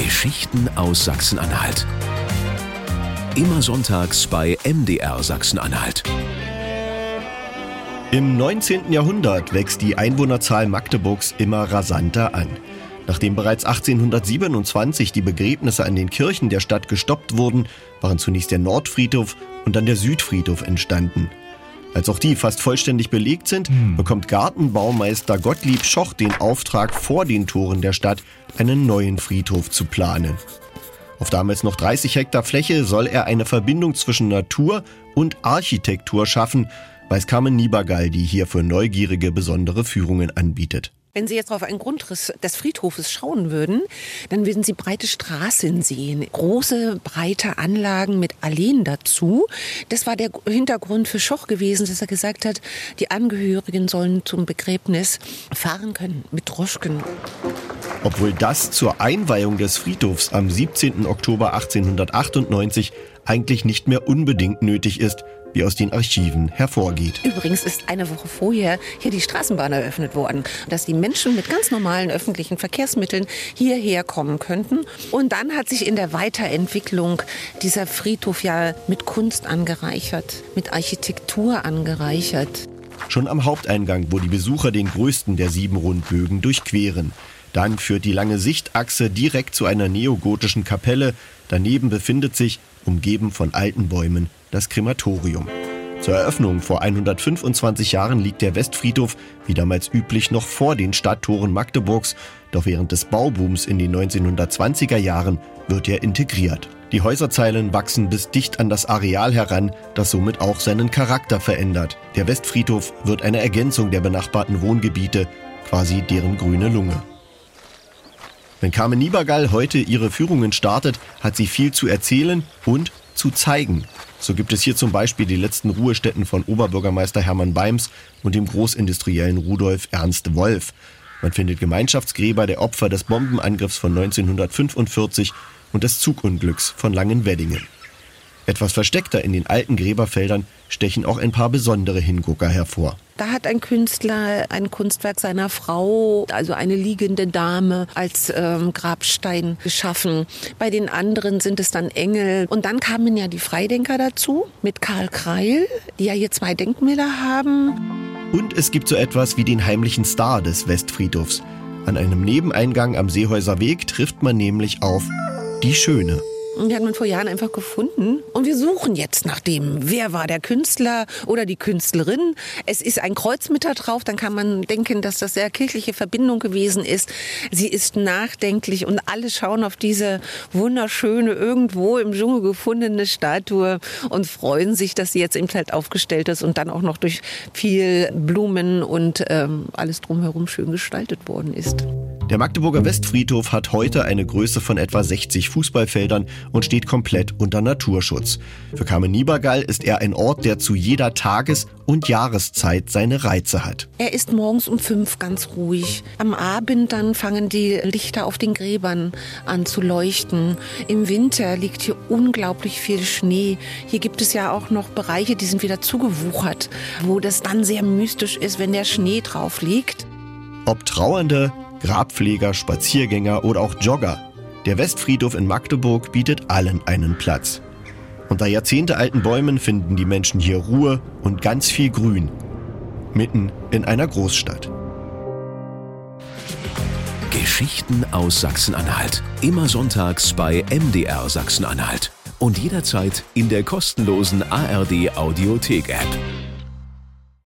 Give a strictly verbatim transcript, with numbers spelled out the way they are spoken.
Geschichten aus Sachsen-Anhalt. Immer sonntags bei M D R Sachsen-Anhalt. Im neunzehnten Jahrhundert wächst die Einwohnerzahl Magdeburgs immer rasanter an. Nachdem bereits achtzehnhundertsiebenundzwanzig die Begräbnisse an den Kirchen der Stadt gestoppt wurden, waren zunächst der Nordfriedhof und dann der Südfriedhof entstanden. Als auch die fast vollständig belegt sind, hm. bekommt Gartenbaumeister Gottlieb Schoch den Auftrag, vor den Toren der Stadt einen neuen Friedhof zu planen. Auf damals noch dreißig Hektar Fläche soll er eine Verbindung zwischen Natur und Architektur schaffen, weiß Carmen Niebergall, die hier für Neugierige besondere Führungen anbietet. Wenn Sie jetzt auf einen Grundriss des Friedhofes schauen würden, dann würden Sie breite Straßen sehen, große, breite Anlagen mit Alleen dazu. Das war der Hintergrund für Schoch gewesen, dass er gesagt hat, die Angehörigen sollen zum Begräbnis fahren können mit Droschken. Obwohl das zur Einweihung des Friedhofs am siebzehnten Oktober achtzehnhundertachtundneunzig eigentlich nicht mehr unbedingt nötig ist, wie aus den Archiven hervorgeht. Übrigens ist eine Woche vorher hier die Straßenbahn eröffnet worden, dass die Menschen mit ganz normalen öffentlichen Verkehrsmitteln hierher kommen könnten. Und dann hat sich in der Weiterentwicklung dieser Friedhof ja mit Kunst angereichert, mit Architektur angereichert. Schon am Haupteingang, wo die Besucher den größten der sieben Rundbögen durchqueren. Dann führt die lange Sichtachse direkt zu einer neogotischen Kapelle. Daneben befindet sich, umgeben von alten Bäumen, das Krematorium. Zur Eröffnung vor hundertfünfundzwanzig Jahren liegt der Westfriedhof, wie damals üblich, noch vor den Stadttoren Magdeburgs. Doch während des Baubooms in den neunzehnhundertzwanziger Jahren wird er integriert. Die Häuserzeilen wachsen bis dicht an das Areal heran, das somit auch seinen Charakter verändert. Der Westfriedhof wird eine Ergänzung der benachbarten Wohngebiete, quasi deren grüne Lunge. Wenn Carmen Niebergall heute ihre Führungen startet, hat sie viel zu erzählen und zu zeigen. So gibt es hier zum Beispiel die letzten Ruhestätten von Oberbürgermeister Hermann Beims und dem Großindustriellen Rudolf Ernst Wolf. Man findet Gemeinschaftsgräber der Opfer des Bombenangriffs von neunzehnhundertfünfundvierzig und des Zugunglücks von Langenweddingen. Etwas versteckter in den alten Gräberfeldern stechen auch ein paar besondere Hingucker hervor. Da hat ein Künstler ein Kunstwerk seiner Frau, also eine liegende Dame, als ähm, Grabstein geschaffen. Bei den anderen sind es dann Engel. Und dann kamen ja die Freidenker dazu mit Karl Kreil, die ja hier zwei Denkmäler haben. Und es gibt so etwas wie den heimlichen Star des Westfriedhofs. An einem Nebeneingang am Seehäuser Weg trifft man nämlich auf die Schöne. Die hat man vor Jahren einfach gefunden. Und wir suchen jetzt nach dem, wer war der Künstler oder die Künstlerin. Es ist ein Kreuz mit da drauf, dann kann man denken, dass das sehr kirchliche Verbindung gewesen ist. Sie ist nachdenklich und alle schauen auf diese wunderschöne, irgendwo im Dschungel gefundene Statue und freuen sich, dass sie jetzt im Feld aufgestellt ist und dann auch noch durch viel Blumen und ähm, alles drumherum schön gestaltet worden ist. Der Magdeburger Westfriedhof hat heute eine Größe von etwa sechzig Fußballfeldern und steht komplett unter Naturschutz. Für Carmen Niebergall ist er ein Ort, der zu jeder Tages- und Jahreszeit seine Reize hat. Er ist morgens um fünf ganz ruhig. Am Abend dann fangen die Lichter auf den Gräbern an zu leuchten. Im Winter liegt hier unglaublich viel Schnee. Hier gibt es ja auch noch Bereiche, die sind wieder zugewuchert, wo das dann sehr mystisch ist, wenn der Schnee drauf liegt. Ob Trauernde, Grabpfleger, Spaziergänger oder auch Jogger. Der Westfriedhof in Magdeburg bietet allen einen Platz. Unter jahrzehntealten Bäumen finden die Menschen hier Ruhe und ganz viel Grün. Mitten in einer Großstadt. Geschichten aus Sachsen-Anhalt. Immer sonntags bei M D R Sachsen-Anhalt. Und jederzeit in der kostenlosen A R D Audiothek-App.